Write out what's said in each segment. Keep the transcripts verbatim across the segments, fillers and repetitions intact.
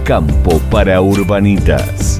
Campo para Urbanitas.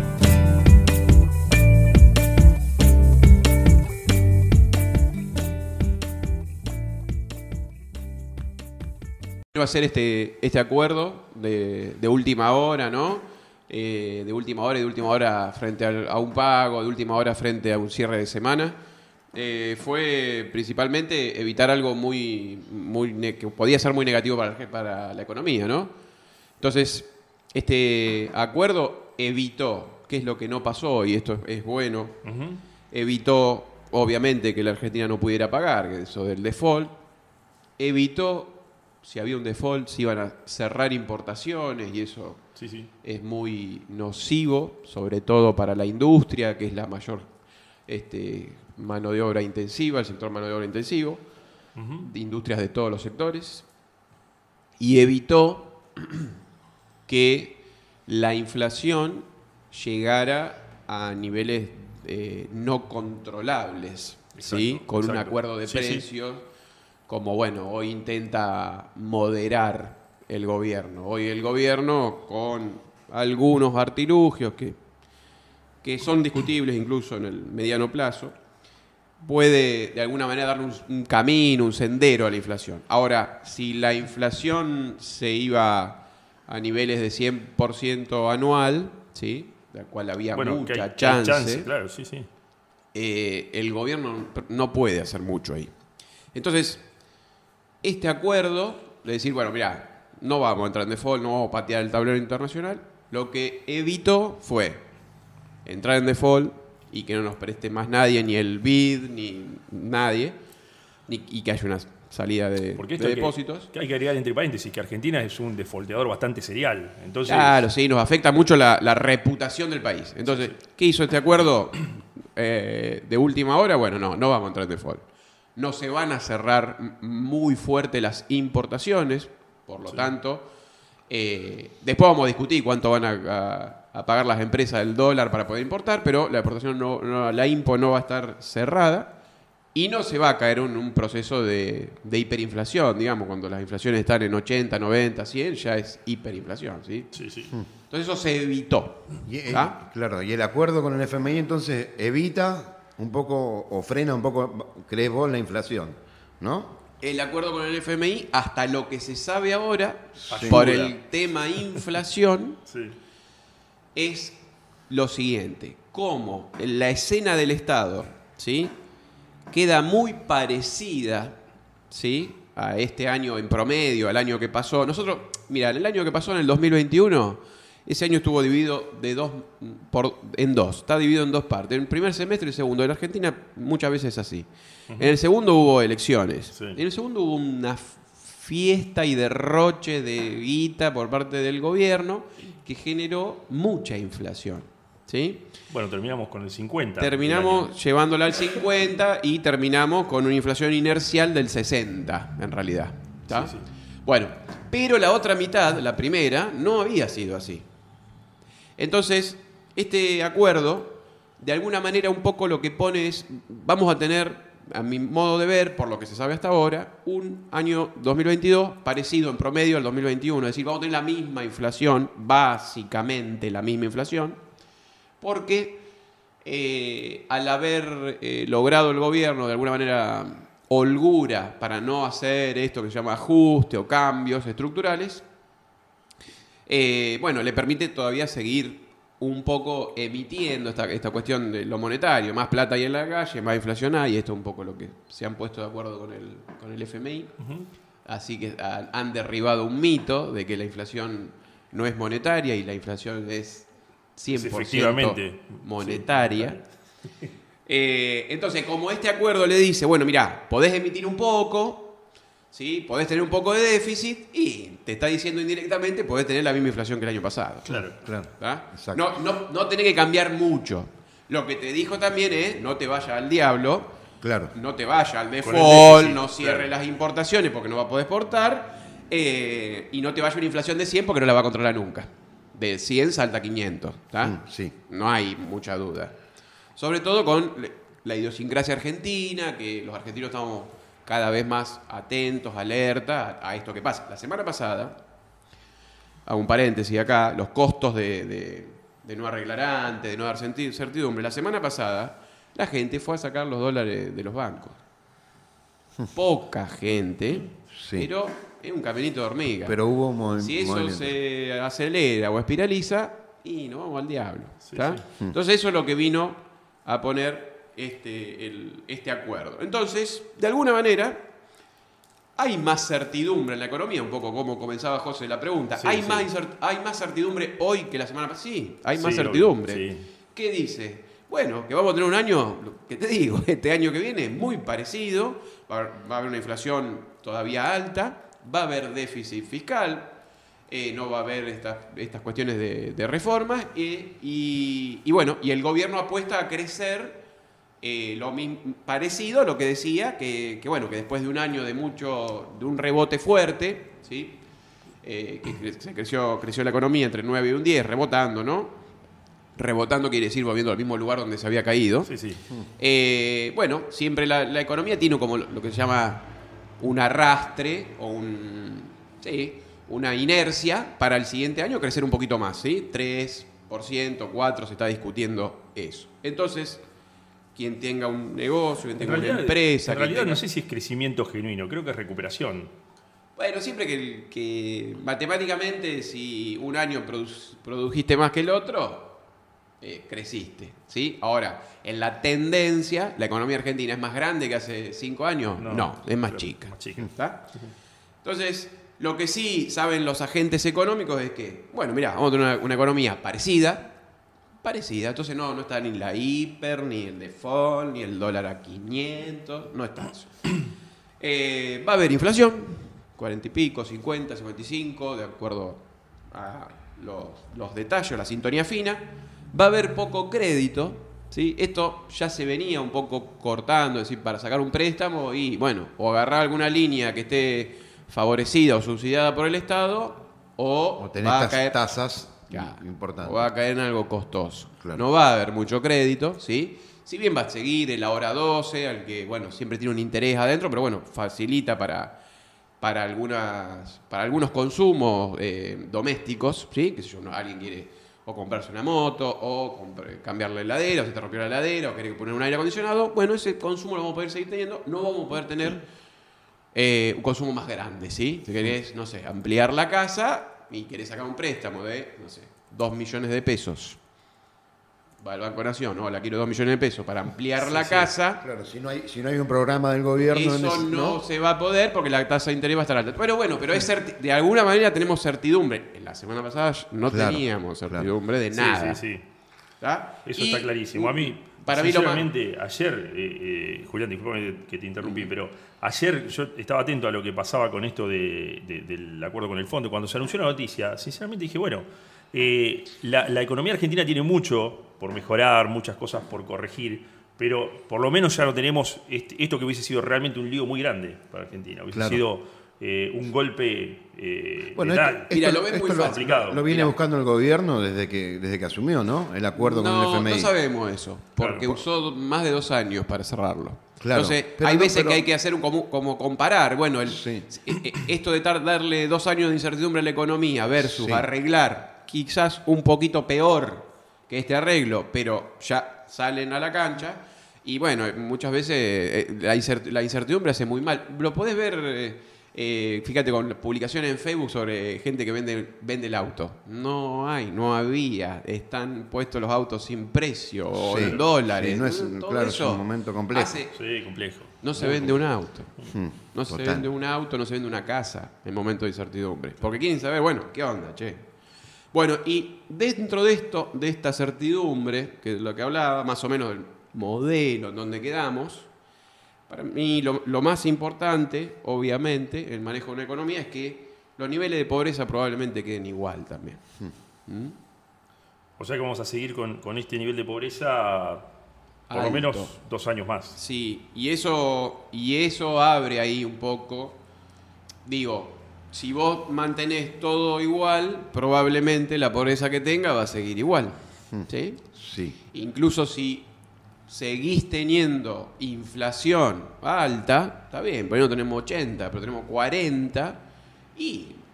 Va a ser este, este acuerdo de, de última hora, ¿no? Eh, de última hora y de última hora frente a, a un pago, de última hora frente a un cierre de semana. Eh, fue principalmente evitar algo muy, muy que podía ser muy negativo para, para la economía, ¿no? Entonces, este acuerdo evitó, que es lo que no pasó, y esto es bueno, uh-huh. evitó, obviamente, que la Argentina no pudiera pagar, eso del default, evitó, si había un default, se iban a cerrar importaciones, y eso sí, sí. es muy nocivo, sobre todo para la industria, que es la mayor este, mano de obra intensiva, el sector mano de obra intensivo, uh-huh. de industrias de todos los sectores, y evitó que la inflación llegara a niveles eh, no controlables, exacto, ¿sí? Con exacto. un acuerdo de sí, precios, sí. como bueno, hoy intenta moderar el gobierno. Hoy el gobierno, con algunos artilugios que, que son discutibles incluso en el mediano plazo, puede de alguna manera darle un, un camino, un sendero a la inflación. Ahora, si la inflación se iba a niveles de cien por ciento anual, ¿sí? De la cual había bueno, mucha hay, chance, hay chance claro, sí, sí. Eh, el gobierno no puede hacer mucho ahí. Entonces, este acuerdo de decir, bueno, mirá, no vamos a entrar en default, no vamos a patear el tablero internacional, lo que evitó fue entrar en default y que no nos preste más nadie, ni el B I D, ni nadie, ni, y que haya una salida de, Porque de depósitos. Que, que hay que agregar entre paréntesis que Argentina es un defaulteador bastante serial. Entonces, claro, sí, nos afecta mucho la, la reputación del país. Entonces, sí, sí. ¿qué hizo este acuerdo eh, de última hora? Bueno, no, no vamos a entrar en default. No se van a cerrar muy fuerte las importaciones, por lo sí. tanto, eh, después vamos a discutir cuánto van a, a, a pagar las empresas del dólar para poder importar, pero la exportación no, no, la impo no va a estar cerrada y no se va a caer en un proceso de, de hiperinflación, digamos, cuando las inflaciones están en ochenta, noventa, cien, ya es hiperinflación, ¿sí? Sí, sí. Entonces eso se evitó. Y, eh, claro, y el acuerdo con el F M I entonces evita un poco o frena un poco, crees vos, la inflación, ¿no? El acuerdo con el F M I, hasta lo que se sabe ahora, sí. por el tema inflación, sí. es lo siguiente: cómo la escena del Estado, ¿sí? queda muy parecida, ¿sí? a este año en promedio, al año que pasó. Nosotros, mira, el año que pasó, en el dos mil veintiuno, ese año estuvo dividido de dos por, en dos. Está dividido en dos partes. En el primer semestre y el segundo. En la Argentina muchas veces es así. Uh-huh. En el segundo hubo elecciones. Sí. En el segundo hubo una fiesta y derroche de guita por parte del gobierno que generó mucha inflación, ¿sí? Bueno, terminamos con el cincuenta. Terminamos llevándola al cincuenta y terminamos con una inflación inercial del sesenta, en realidad. ¿Tá? Sí, sí. Bueno, pero la otra mitad, la primera, no había sido así. Entonces, este acuerdo, de alguna manera, un poco lo que pone es, vamos a tener, a mi modo de ver, por lo que se sabe hasta ahora, un año dos mil veintidós parecido en promedio al dos mil veintiuno. Es decir, vamos a tener la misma inflación, básicamente la misma inflación, porque eh, al haber eh, logrado el gobierno, de alguna manera, holgura para no hacer esto que se llama ajuste o cambios estructurales, eh, bueno, le permite todavía seguir un poco emitiendo esta, esta cuestión de lo monetario. Más plata hay en la calle, más inflación hay, y esto es un poco lo que se han puesto de acuerdo con el, con el F M I. Uh-huh. Así que han, han derribado un mito de que la inflación no es monetaria y la inflación es cien por ciento monetaria. Sí. Eh, entonces, como este acuerdo le dice, bueno, mirá, podés emitir un poco, ¿sí? Podés tener un poco de déficit y te está diciendo indirectamente, podés tener la misma inflación que el año pasado. Claro, claro. No, no, no tenés que cambiar mucho. Lo que te dijo también es, no te vayas al diablo, claro. no te vayas al default, déficit, no cierres claro. las importaciones porque no va a poder exportar, eh, y no te vayas a una inflación de cien porque no la va a controlar nunca. De cien salta a quinientos, ¿tá? Mm, sí. No hay mucha duda. Sobre todo con la idiosincrasia argentina, que los argentinos estamos cada vez más atentos, alerta a, a esto que pasa. La semana pasada, hago un paréntesis acá, los costos de, de, de no arreglar antes, de no dar certidumbre. La semana pasada la gente fue a sacar los dólares de los bancos. Poca gente, sí. Pero es un caminito de hormiga. Pero hubo un Si eso movimiento. se acelera o espiraliza, y nos vamos al diablo. Sí, ¿está? sí. Entonces eso es lo que vino a poner este, el, este acuerdo. Entonces, de alguna manera, hay más certidumbre en la economía, un poco como comenzaba José la pregunta. Sí, ¿Hay, sí. Más, ¿Hay más certidumbre hoy que la semana pasada? Sí, hay más Sí, certidumbre. obvio, sí. ¿Qué dice? Bueno, que vamos a tener un año, que te digo, este año que viene, muy parecido, va a, va a haber una inflación todavía alta, va a haber déficit fiscal, eh, no va a haber estas, estas cuestiones de, de reformas, eh, y, y bueno, y el gobierno apuesta a crecer eh, lo mismo, parecido a lo que decía, que, que bueno, que después de un año de mucho, de un rebote fuerte, ¿sí? eh, que se creció, creció la economía entre nueve y un diez, rebotando, ¿no? Rebotando quiere decir volviendo al mismo lugar donde se había caído. Sí, sí. Eh, bueno, siempre la, la economía tiene como lo, lo que se llama un arrastre o un, sí, una inercia para el siguiente año crecer un poquito más, ¿sí? tres por ciento, cuatro por ciento, se está discutiendo eso. Entonces, quien tenga un negocio, quien tenga realidad, una empresa... En realidad tenga... no sé si es crecimiento genuino, creo que es recuperación. Bueno, siempre que, que matemáticamente si un año produ, produjiste más que el otro... Eh, creciste, ¿sí? Ahora, en la tendencia, ¿la economía argentina es más grande que hace cinco años? No, no es más chica. Más chica. ¿Está? Entonces, lo que sí saben los agentes económicos es que, bueno, mirá, vamos a tener una, una economía parecida, parecida, entonces no, no está ni la hiper, ni el default, ni el dólar a quinientos, no está eso. Eh, va a haber inflación, cuarenta y pico, cincuenta, cincuenta y cinco, de acuerdo a los, los detalles, la sintonía fina. Va a haber poco crédito, ¿sí? Esto ya se venía un poco cortando, es decir, para sacar un préstamo y, bueno, o agarrar alguna línea que esté favorecida o subsidiada por el Estado, o, O tener va a estas caer, tasas claro, importantes. o va a caer en algo costoso. Claro. No va a haber mucho crédito, ¿sí? Si bien va a seguir el ahora doce, al que, bueno, siempre tiene un interés adentro, pero bueno, facilita para, para, algunas, para algunos consumos eh, domésticos, ¿sí? Que si yo, no, alguien quiere... o comprarse una moto, o compre, cambiar la heladera, o se te rompió la heladera, o querés poner un aire acondicionado, bueno, ese consumo lo vamos a poder seguir teniendo, no vamos a poder tener eh, un consumo más grande, ¿sí? Si querés, no sé, ampliar la casa y querés sacar un préstamo de, no sé, dos millones de pesos. Va al Banco Nación, no, la quiero dos millones de pesos para ampliar Sí, la sí. casa. Claro, si no hay, si no hay un programa del gobierno... en Eso ese- no, se va a poder porque la tasa de interés va a estar alta. Pero bueno, pero es certi- de alguna manera tenemos certidumbre. En la semana pasada no Claro, teníamos claro. certidumbre de Sí, nada. sí, sí. ¿Tá? Eso Y, está clarísimo. A mí, para mí lo más... sinceramente, ayer, eh, eh, Julián, disculpame que te interrumpí, pero ayer yo estaba atento a lo que pasaba con esto de, de, del acuerdo con el fondo. Cuando se anunció la noticia, sinceramente dije, bueno, eh, la, la economía argentina tiene mucho por mejorar, muchas cosas por corregir, pero por lo menos ya no tenemos este, esto que hubiese sido realmente un lío muy grande para Argentina. Hubiese Claro. sido eh, un golpe eh, Bueno, letal. esto, Mira, esto- lo ves esto muy lo, fácil. complicado. lo viene Mira. buscando el gobierno desde que, desde que asumió, ¿no? El acuerdo con el No, F M I. no sabemos eso, porque Claro, por- usó más de dos años para cerrarlo. Claro, Entonces, pero hay no, veces pero- que hay que hacer un como, como comparar. Bueno, el, Sí. eh, esto de tar- darle dos años de incertidumbre a la economía versus Sí. arreglar quizás un poquito peor que este arreglo, pero ya salen a la cancha. Y bueno, muchas veces eh, la, incert- la incertidumbre hace muy mal. Lo podés ver, eh, eh, fíjate, con publicaciones en Facebook sobre gente que vende, vende el auto. No hay, no había. Están puestos los autos sin precio o Sí, en dólares. sí, no es- Todo claro, es eso un momento complejo. hace- Sí, complejo. no se vende un auto. Hmm, No se total. vende un auto, no se vende una casa en momento de incertidumbre. Porque quieren saber, bueno, ¿qué onda, che? Bueno, y dentro de esto, de esta certidumbre, que es lo que hablaba, más o menos del modelo en donde quedamos, para mí lo, lo más importante, obviamente, en el manejo de una economía es que los niveles de pobreza probablemente queden igual también. ¿Mm? O sea que vamos a seguir con, con este nivel de pobreza por Alto. lo menos dos años más. Sí, y eso, y eso abre ahí un poco. Digo, si vos mantenés todo igual, probablemente la pobreza que tenga va a seguir igual. ¿Sí? Sí. Incluso si seguís teniendo inflación alta, está bien, porque no tenemos ochenta, pero tenemos cuarenta, y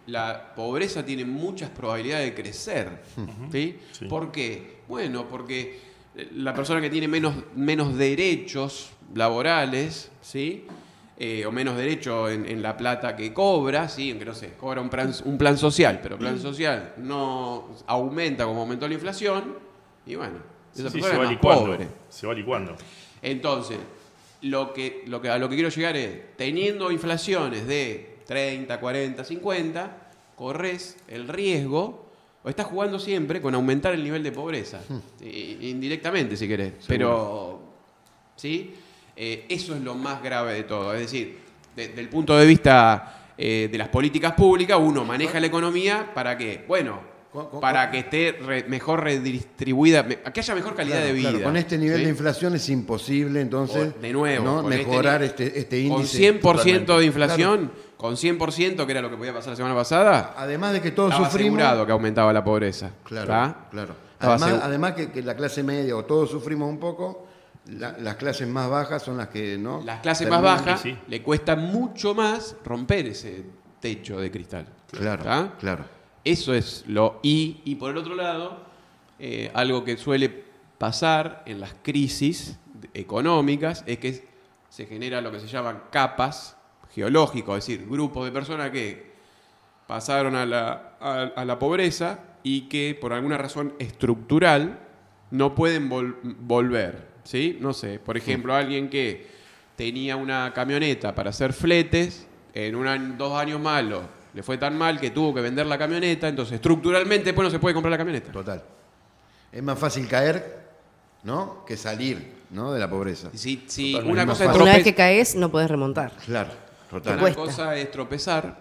la pobreza tiene muchas probabilidades de crecer. ¿Sí? Sí. ¿Por qué? Bueno, porque la persona que tiene menos, menos derechos laborales, ¿sí? Eh, o menos derecho en, en la plata que cobra, ¿sí? Aunque no sé, cobra un plan, un plan social, pero el plan social no aumenta como aumentó la inflación, y bueno, esa Sí, persona se va es más licuando. pobre. Se va licuando. Entonces, lo que, lo que, a lo que quiero llegar es, teniendo inflaciones de treinta, cuarenta, cincuenta, corres el riesgo, o estás jugando siempre con aumentar el nivel de pobreza, I- indirectamente si querés, pero, ¿sí? Eh, eso es lo más grave de todo, es decir, de- desde el punto de vista eh, de las políticas públicas, uno maneja la economía para que, bueno, Con- con- para que esté re- mejor redistribuida, me- que haya mejor calidad Claro, de vida. claro, con este nivel ¿sí? de inflación es imposible, entonces, O- de nuevo, ¿no? con este mejorar ni- este, este índice. Con cien por ciento totalmente. de inflación, con cien por ciento, que era lo que podía pasar la semana pasada, Además de que todos estaba sufrimos. asegurado que aumentaba la pobreza. Claro, ¿tá? claro. Estaba Además, asegu- además que, que la clase media o todos sufrimos un poco, la- las clases más bajas son las que no. Las clases más terminan- bajas sí. le cuesta mucho más romper ese techo de cristal. Claro, ¿tá? claro. Eso es lo... Y, y por el otro lado, eh, algo que suele pasar en las crisis económicas es que se genera lo que se llaman capas geológicos, es decir, grupos de personas que pasaron a la, a, a la pobreza y que por alguna razón estructural no pueden vol- volver, ¿sí? No sé, por ejemplo, alguien que tenía una camioneta para hacer fletes, en un año- dos años malos le fue tan mal que tuvo que vender la camioneta, entonces estructuralmente después no se puede comprar la camioneta. Total. Es más fácil caer, ¿no? Que salir, ¿no? De la pobreza. Si, si Totalmente. una Es más cosa es fácil. Una vez trope- que caes, no puedes remontar. Claro, total. Una cuesta. cosa es tropezar,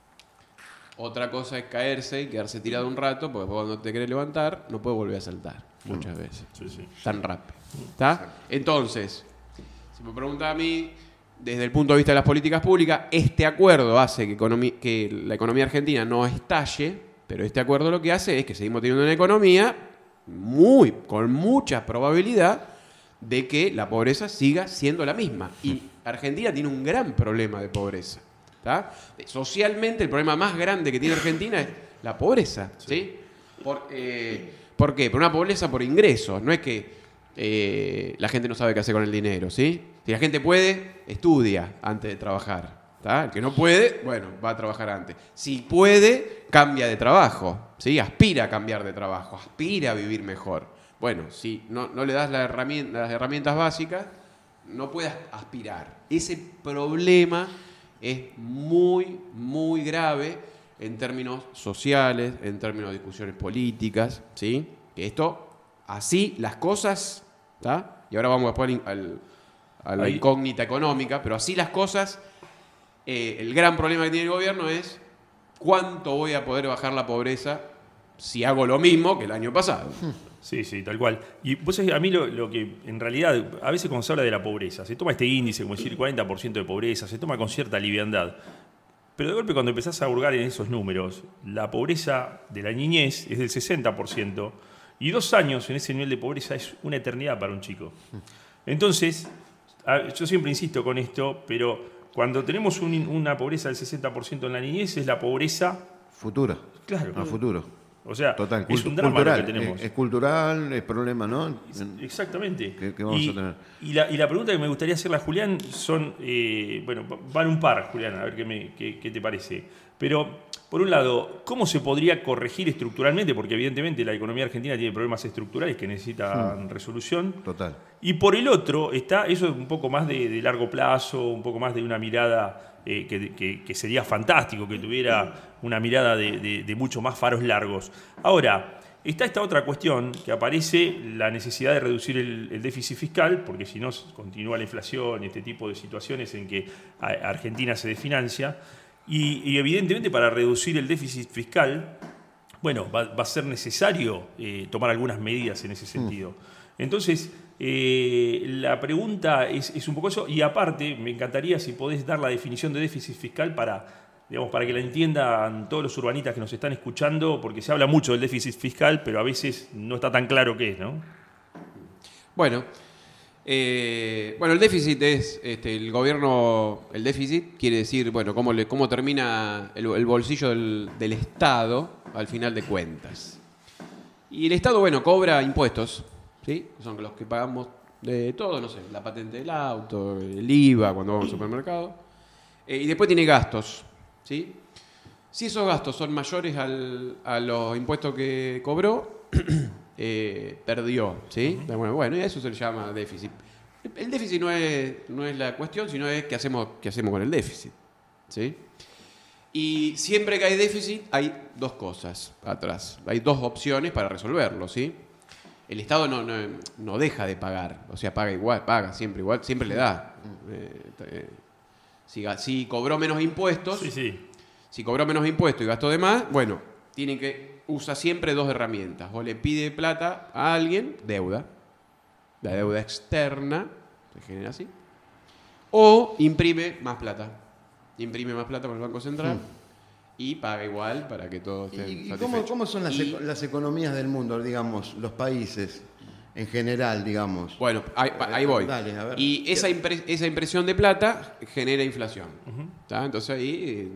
otra cosa es caerse y quedarse tirado un rato, porque después cuando te querés levantar no puedes volver a saltar, muchas veces, Sí, sí. tan rápido. ¿Está? Entonces, si me pregunta a mí, desde el punto de vista de las políticas públicas, este acuerdo hace que, economi- que la economía argentina no estalle, pero este acuerdo lo que hace es que seguimos teniendo una economía muy, con mucha probabilidad de que la pobreza siga siendo la misma. Y Argentina tiene un gran problema de pobreza. ¿Tá? Socialmente el problema más grande que tiene Argentina es la pobreza. ¿Sí? Por, eh, ¿Por qué? Por una pobreza por ingresos. No es que eh, la gente no sabe qué hacer con el dinero. ¿Sí? Si la gente puede, estudia antes de trabajar. ¿Tá? El que no puede, bueno, va a trabajar antes. Si puede, cambia de trabajo. ¿Sí? Aspira a cambiar de trabajo. Aspira a vivir mejor. Bueno, si no, no le das la herramienta, las herramientas básicas, no puedes aspirar. Ese problema es muy, muy grave en términos sociales, en términos de discusiones políticas, ¿sí? Que esto, así las cosas, ¿tá? Y ahora vamos a poner al, a la Ahí. incógnita económica, pero así las cosas, eh, el gran problema que tiene el gobierno es cuánto voy a poder bajar la pobreza si hago lo mismo que el año pasado. Sí, sí, tal cual. Y vos sabés, a mí lo, lo que en realidad, a veces cuando se habla de la pobreza, se toma este índice, como decir cuarenta por ciento de pobreza, se toma con cierta liviandad. Pero de golpe cuando empezás a hurgar en esos números, la pobreza de la niñez es del sesenta por ciento y dos años en ese nivel de pobreza es una eternidad para un chico. Entonces, a- yo siempre insisto con esto, pero cuando tenemos un- una pobreza del sesenta por ciento en la niñez es la pobreza, Futuro. claro, A futuro. o sea, Total. es Cultu- un drama cultural. lo que tenemos. Es, es cultural, es problema, ¿no? Exactamente. que- que vamos y, a tener. Y la, y la pregunta que me gustaría hacerle a Julián son, eh, bueno, van un par, Julián, a ver qué, me- qué- qué te parece. Pero, por un lado, ¿cómo se podría corregir estructuralmente? Porque evidentemente la economía argentina tiene problemas estructurales que necesitan resolución. Total. Y por el otro está, eso es un poco más de, de largo plazo, un poco más de una mirada eh, que, que- que sería fantástico que tuviera una mirada de, de- de mucho más faros largos. Ahora, está esta otra cuestión que aparece, la necesidad de reducir el, el déficit fiscal, porque si no continúa la inflación y este tipo de situaciones en que a- Argentina se desfinancia. Y, y evidentemente para reducir el déficit fiscal, bueno, va, va a ser necesario eh, tomar algunas medidas en ese sentido. Entonces, eh, la pregunta es, es un poco eso. Y aparte, me encantaría si podés dar la definición de déficit fiscal para, digamos, para que la entiendan todos los urbanitas que nos están escuchando, porque se habla mucho del déficit fiscal, pero a veces no está tan claro qué es, ¿no? Bueno, Eh, bueno, el déficit es, este, el gobierno, el déficit quiere decir, bueno, cómo, le, cómo termina el, el bolsillo del, del Estado al final de cuentas. Y el Estado, bueno, cobra impuestos, ¿sí? Son los que pagamos de todo, no sé, la patente del auto, el I V A cuando vamos al supermercado. Eh, y después tiene gastos, ¿sí? Si esos gastos son mayores al, a los impuestos que cobró, eh, perdió, ¿sí? Uh-huh. Bueno, bueno, y a eso se le llama déficit. El déficit no es, no es la cuestión, sino es qué hacemos, qué hacemos con el déficit, ¿sí? Y siempre que hay déficit hay dos cosas atrás, hay dos opciones para resolverlo, ¿sí? El Estado no, no, no deja de pagar, o sea, paga igual, paga siempre igual, siempre le da. Eh, eh, si, si cobró menos impuestos, sí, sí. si cobró menos impuestos y gastó de más, bueno, tiene que usa siempre dos herramientas. O le pide plata a alguien, deuda, la deuda externa, se genera así, o imprime más plata. Imprime más plata con el Banco Central mm. y paga igual para que todos estén ¿Y, y satisfechos. cómo, cómo son las, y, eco, las economías del mundo, digamos, los países en general, digamos? Bueno, ahí, ahí voy. Dale, a ver. Y esa, impre, esa impresión de plata genera inflación. Uh-huh. Entonces ahí...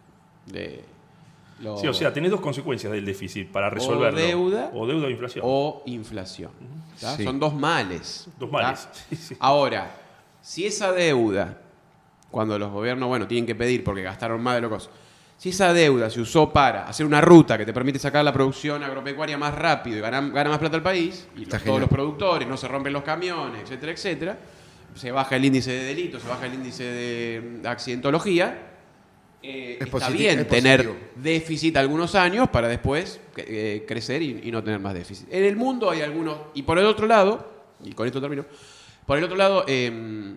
De, lo, sí, o sea, tenés dos consecuencias del déficit para resolverlo. O deuda. O deuda o inflación. O inflación. Uh-huh. Sí. Son dos males. Dos males. Sí, sí. Ahora, si esa deuda, cuando los gobiernos, bueno, tienen que pedir porque gastaron más de lo que... Si esa deuda se usó para hacer una ruta que te permite sacar la producción agropecuaria más rápido y ganar, gana más plata al país, y los, todos los productores, no se rompen los camiones, etcétera, etcétera, se baja el índice de delito, se baja el índice de accidentología, eh, está positivo, bien tener déficit algunos años para después eh, crecer y, y no tener más déficit. En el mundo hay algunos, y por el otro lado, y con esto termino, por el otro lado, eh,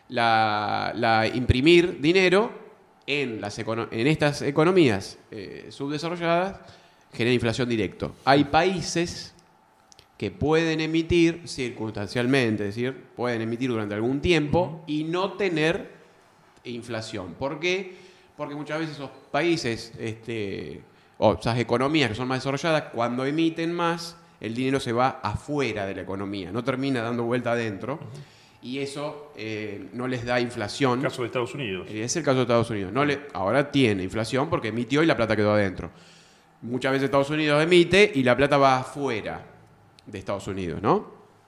la, la imprimir dinero en, las econo- en estas economías eh, subdesarrolladas genera inflación directo. Hay países que pueden emitir circunstancialmente, es decir, pueden emitir durante algún tiempo uh-huh. y no tener inflación. ¿Por qué? Porque muchas veces esos países, este, o esas economías que son más desarrolladas, cuando emiten más, el dinero se va afuera de la economía, no termina dando vuelta adentro. Uh-huh. Y eso eh, no les da inflación. El caso de Estados Unidos. Es el caso de Estados Unidos. No le, ahora tiene inflación porque emitió y la plata quedó adentro. Muchas veces Estados Unidos emite y la plata va afuera de Estados Unidos, ¿no?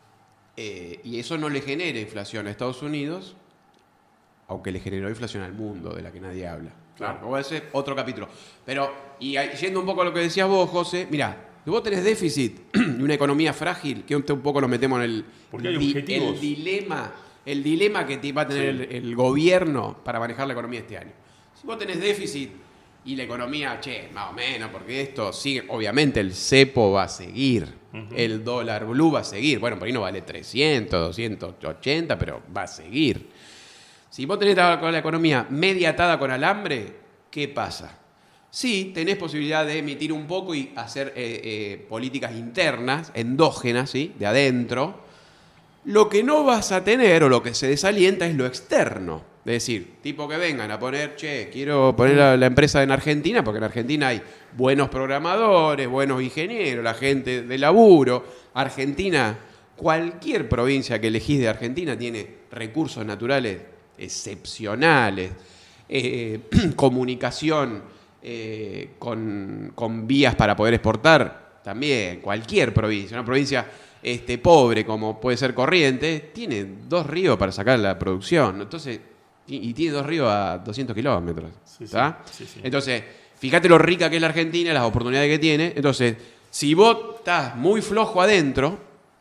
Eh, y eso no le genera inflación a Estados Unidos, aunque le generó inflación al mundo, de la que nadie habla. Claro. Voy a hacer otro capítulo. Pero, y yendo un poco a lo que decías vos, José, mirá, si vos tenés déficit y una economía frágil, que un poco nos metemos en el, Porque hay di, objetivos. el dilema, el dilema que va a tener sí. el, el gobierno para manejar la economía este año. Si vos tenés déficit y la economía, che, más o menos, porque esto sigue, obviamente el cepo va a seguir, uh-huh. el dólar blue va a seguir, bueno, por ahí no vale trescientos, doscientos ochenta, pero va a seguir. Si vos tenés la economía media atada con alambre, ¿qué pasa? Sí, tenés posibilidad de emitir un poco y hacer eh, eh, políticas internas, endógenas, ¿sí? De adentro. Lo que no vas a tener, o lo que se desalienta, es lo externo. Es decir, tipo que vengan a poner, che, quiero poner la, la empresa en Argentina, porque en Argentina hay buenos programadores, buenos ingenieros, la gente de laburo. Argentina, cualquier provincia que elegís de Argentina tiene recursos naturales excepcionales, eh, comunicación eh, con, con vías para poder exportar, también cualquier provincia, una provincia este, pobre como puede ser Corrientes, tiene dos ríos para sacar la producción, entonces, y, y tiene dos ríos a doscientos kilómetros, sí, sí, sí, sí. Entonces, fíjate lo rica que es la Argentina, las oportunidades que tiene, entonces, si vos estás muy flojo adentro,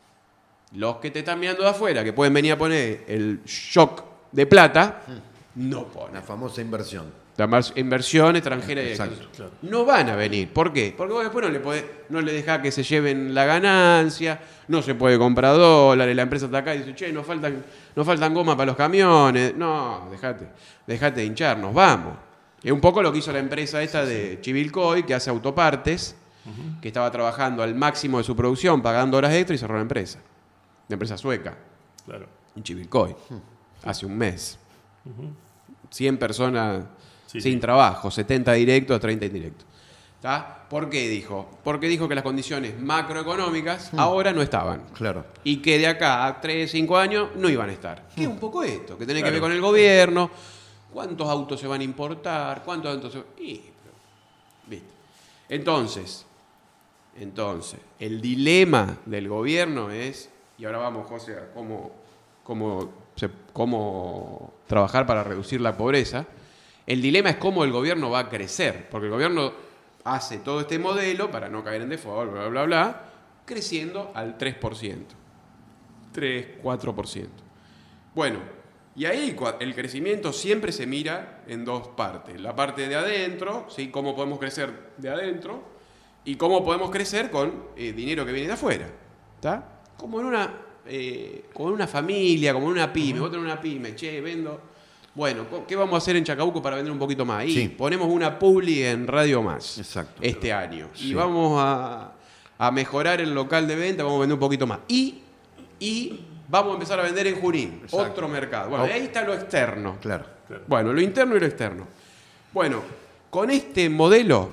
los que te están mirando de afuera, que pueden venir a poner el shock de plata, no ponen. La famosa inversión. La inversión extranjera. Exacto, claro. No van a venir. ¿Por qué? Porque vos después no le podés, no le dejás que se lleven la ganancia, no se puede comprar dólares, la empresa está acá y dice, che, nos faltan, nos faltan goma para los camiones. No, dejate, dejate de hincharnos, vamos. Es un poco lo que hizo la empresa esta sí, de sí. Chivilcoy, que hace autopartes, uh-huh. que estaba trabajando al máximo de su producción, pagando horas extra y cerró la empresa. La empresa sueca. Claro. En Chivilcoy. Uh-huh. Hace un mes. Uh-huh. cien personas sí, sin sí. trabajo, setenta directos, treinta indirectos. ¿Está? ¿Por qué dijo? Porque dijo que las condiciones macroeconómicas mm. ahora no estaban. Claro. Y que de acá a tres, cinco años no iban a estar. ¿Qué es un poco esto? Que tiene claro. que ver con el gobierno. ¿Cuántos autos se van a importar? ¿Cuántos autos se van a... Y, ¿viste? Entonces, entonces, el dilema del gobierno es, y ahora vamos, José, a cómo, cómo, se, cómo trabajar para reducir la pobreza. El dilema es cómo el gobierno va a crecer, porque el gobierno hace todo este modelo para no caer en default, bla, bla, bla, creciendo al tres por ciento. tres, cuatro por ciento. Bueno, y ahí el crecimiento siempre se mira en dos partes. La parte de adentro, ¿sí? Cómo podemos crecer de adentro y cómo podemos crecer con eh, dinero que viene de afuera. ¿Está? Como en una, eh, como en una familia, como en una pyme. Vos tenés una pyme, che, vendo... Bueno, ¿qué vamos a hacer en Chacabuco para vender un poquito más? Y sí. ponemos una publi en Radio Más Exacto. este año. Sí. Y vamos a, a mejorar el local de venta, vamos a vender un poquito más. Y, y vamos a empezar a vender en Junín, Exacto. otro mercado. Bueno, oh. ahí está lo externo. Claro, claro. Bueno, lo interno y lo externo. Bueno, con este modelo,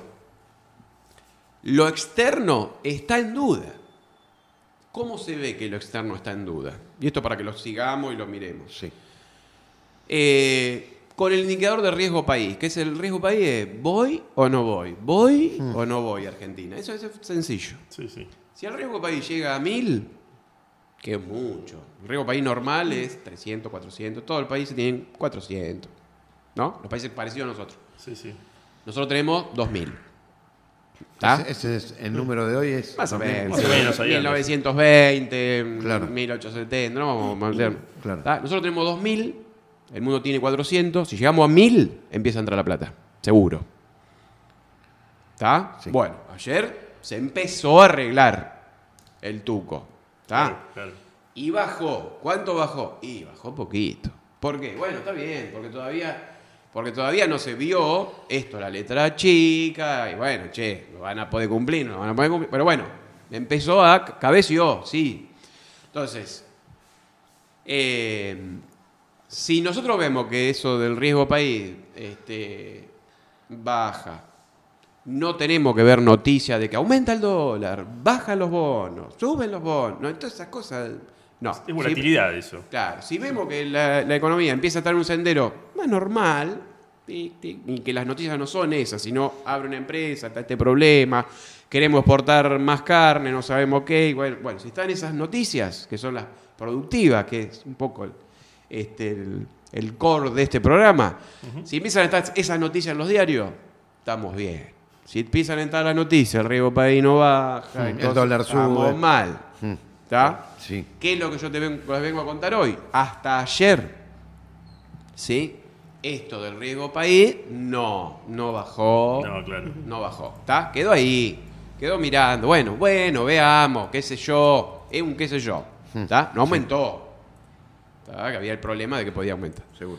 lo externo está en duda. ¿Cómo se ve que lo externo está en duda? Y esto para que lo sigamos y lo miremos. Sí. Eh, con el indicador de riesgo país, que es el riesgo país es ¿voy o no voy? ¿Voy mm. o no voy a Argentina? Eso es sencillo. Sí, sí. Si el riesgo país llega a mil, que es mucho. El riesgo país normal es trescientos, cuatrocientos. Todos los países tienen cuatrocientos. ¿No? Los países parecidos a nosotros. Sí, sí. Nosotros tenemos dos mil. Ese, ese es el número de hoy es más o menos, más o menos mil novecientos veinte, claro. mil ochocientos setenta, no vamos a mantener. Claro. Nosotros tenemos dos mil. El mundo tiene cuatrocientos. Si llegamos a mil, empieza a entrar la plata. Seguro. ¿Está? Sí. Bueno, ayer se empezó a arreglar el tuco. ¿Está? Claro, claro. Y bajó. ¿Cuánto bajó? Y bajó poquito. ¿Por qué? Bueno, está bien, porque todavía, porque todavía no se vio esto, la letra chica. Y bueno, che, lo van a poder cumplir, no lo van a poder cumplir. Pero bueno, empezó a cabeció, sí. Entonces, eh... si nosotros vemos que eso del riesgo país este, baja, no tenemos que ver noticias de que aumenta el dólar, bajan los bonos, suben los bonos, no, todas esas cosas. No. Es volatilidad si, eso. Claro, si vemos que la, la economía empieza a estar en un sendero más normal, tic, tic, y que las noticias no son esas, sino abre una empresa, está este problema, queremos exportar más carne, no sabemos qué, y bueno, bueno, si están esas noticias, que son las productivas, que es un poco... El, Este, el, el core de este programa. Uh-huh. Si empiezan a estar esas noticias en los diarios, estamos bien. Si empiezan a entrar las noticias, el riesgo país no baja, uh, el dólar sube. Estamos mal. ¿Está? Uh, sí. ¿Qué es lo que yo te vengo, les vengo a contar hoy? Hasta ayer, ¿sí? Esto del riesgo país, no, no bajó. No, claro. No bajó. ¿Está? Quedó ahí. Quedó mirando. Bueno, bueno, veamos, qué sé yo. Es un qué sé yo. ¿Está? No aumentó. Sí. Que había el problema de que podía aumentar, seguro.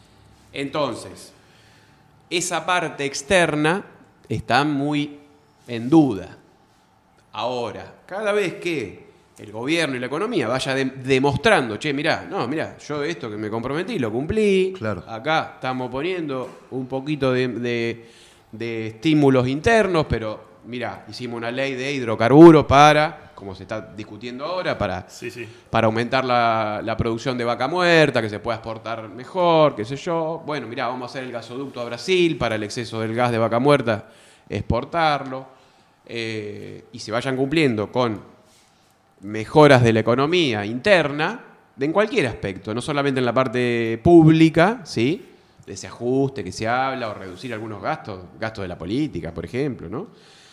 Entonces, esa parte externa está muy en duda. Ahora, cada vez que el gobierno y la economía vaya de- demostrando, che, mirá, no, mirá, yo esto que me comprometí lo cumplí, claro. Acá estamos poniendo un poquito de, de, de estímulos internos, pero mirá, hicimos una ley de hidrocarburos para... como se está discutiendo ahora, para, sí, sí. para aumentar la, la producción de vaca muerta, que se pueda exportar mejor, qué sé yo. Bueno, mirá, vamos a hacer el gasoducto a Brasil para el exceso del gas de vaca muerta, exportarlo. Eh, y se vayan cumpliendo con mejoras de la economía interna, de en cualquier aspecto, no solamente en la parte pública, ¿sí? De ese ajuste que se habla, o reducir algunos gastos, gastos de la política, por ejemplo, ¿no?